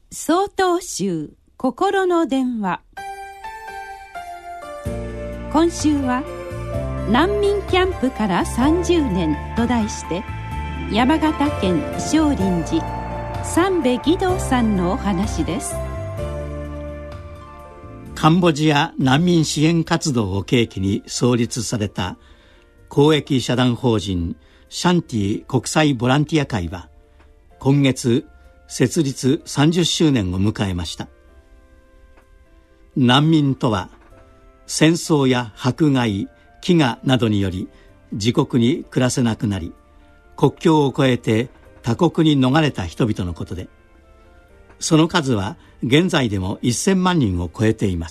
曹洞宗心の電話。今週は難民キャンプから30年と題して、山形県少林寺三部義堂さんのお話です。 カンボジア難民支援活動を契機に創立された公益社団法人シャンティ国際ボランティア会は今月設立30周年を迎えました。難民とは戦争や迫害、飢餓などにより自国に暮らせなくなり、国境を越えて他国に逃れた人々のことで、その数は現在でも1000万人を超えています。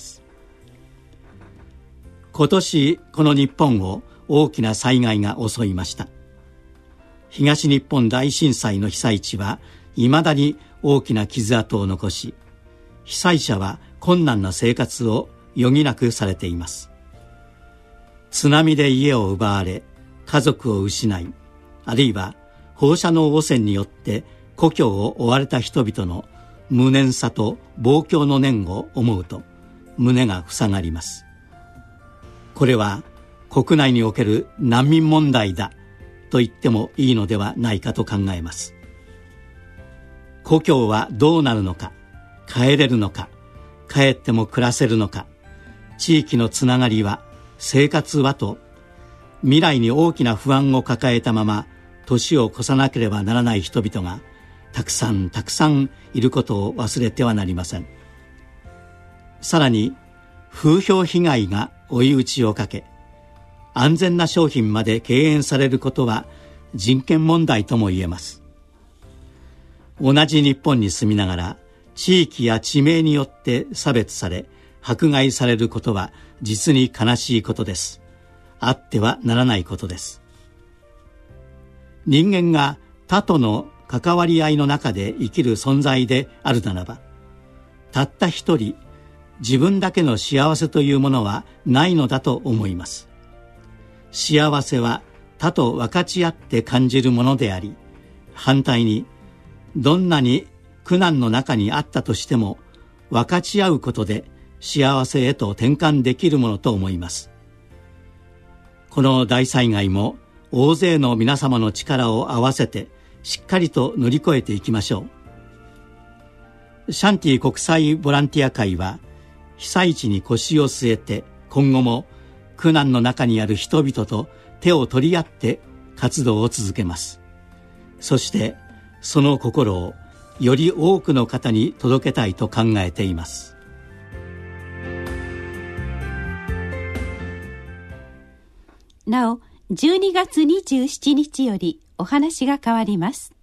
今年この日本を大きな災害が襲いました。東日本大震災の被災地は未だに大きな傷跡を残し、被災者は困難な生活を余儀なくされています。津波で家を奪われ、家族を失い、あるいは放射能汚染によって故郷を追われた人々の無念さと望郷の念を思うと胸が塞がります。これは国内における難民問題だと言ってもいいのではないかと考えます。故郷はどうなるのか、帰れるのか、帰っても暮らせるのか、地域のつながりは、生活はと、未来に大きな不安を抱えたまま年を越さなければならない人々がたくさんいることを忘れてはなりません。さらに風評被害が追い打ちをかけ、安全な商品まで敬遠されることは人権問題とも言えます。同じ日本に住みながら地域や地名によって差別され迫害されることは実に悲しいことです。あってはならないことです。人間が他との関わり合いの中で生きる存在であるならば、たった一人自分だけの幸せというものはないのだと思います。幸せは他と分かち合って感じるものであり、反対にどんなに苦難の中にあったとしても分かち合うことで幸せへと転換できるものと思います。この大災害も大勢の皆様の力を合わせてしっかりと乗り越えていきましょう。シャンティ国際ボランティア会は被災地に腰を据えて、今後も苦難の中にある人々と手を取り合って活動を続けます。そしてその心をより多くの方に届けたいと考えています。 なお、12月27日よりお話が変わります。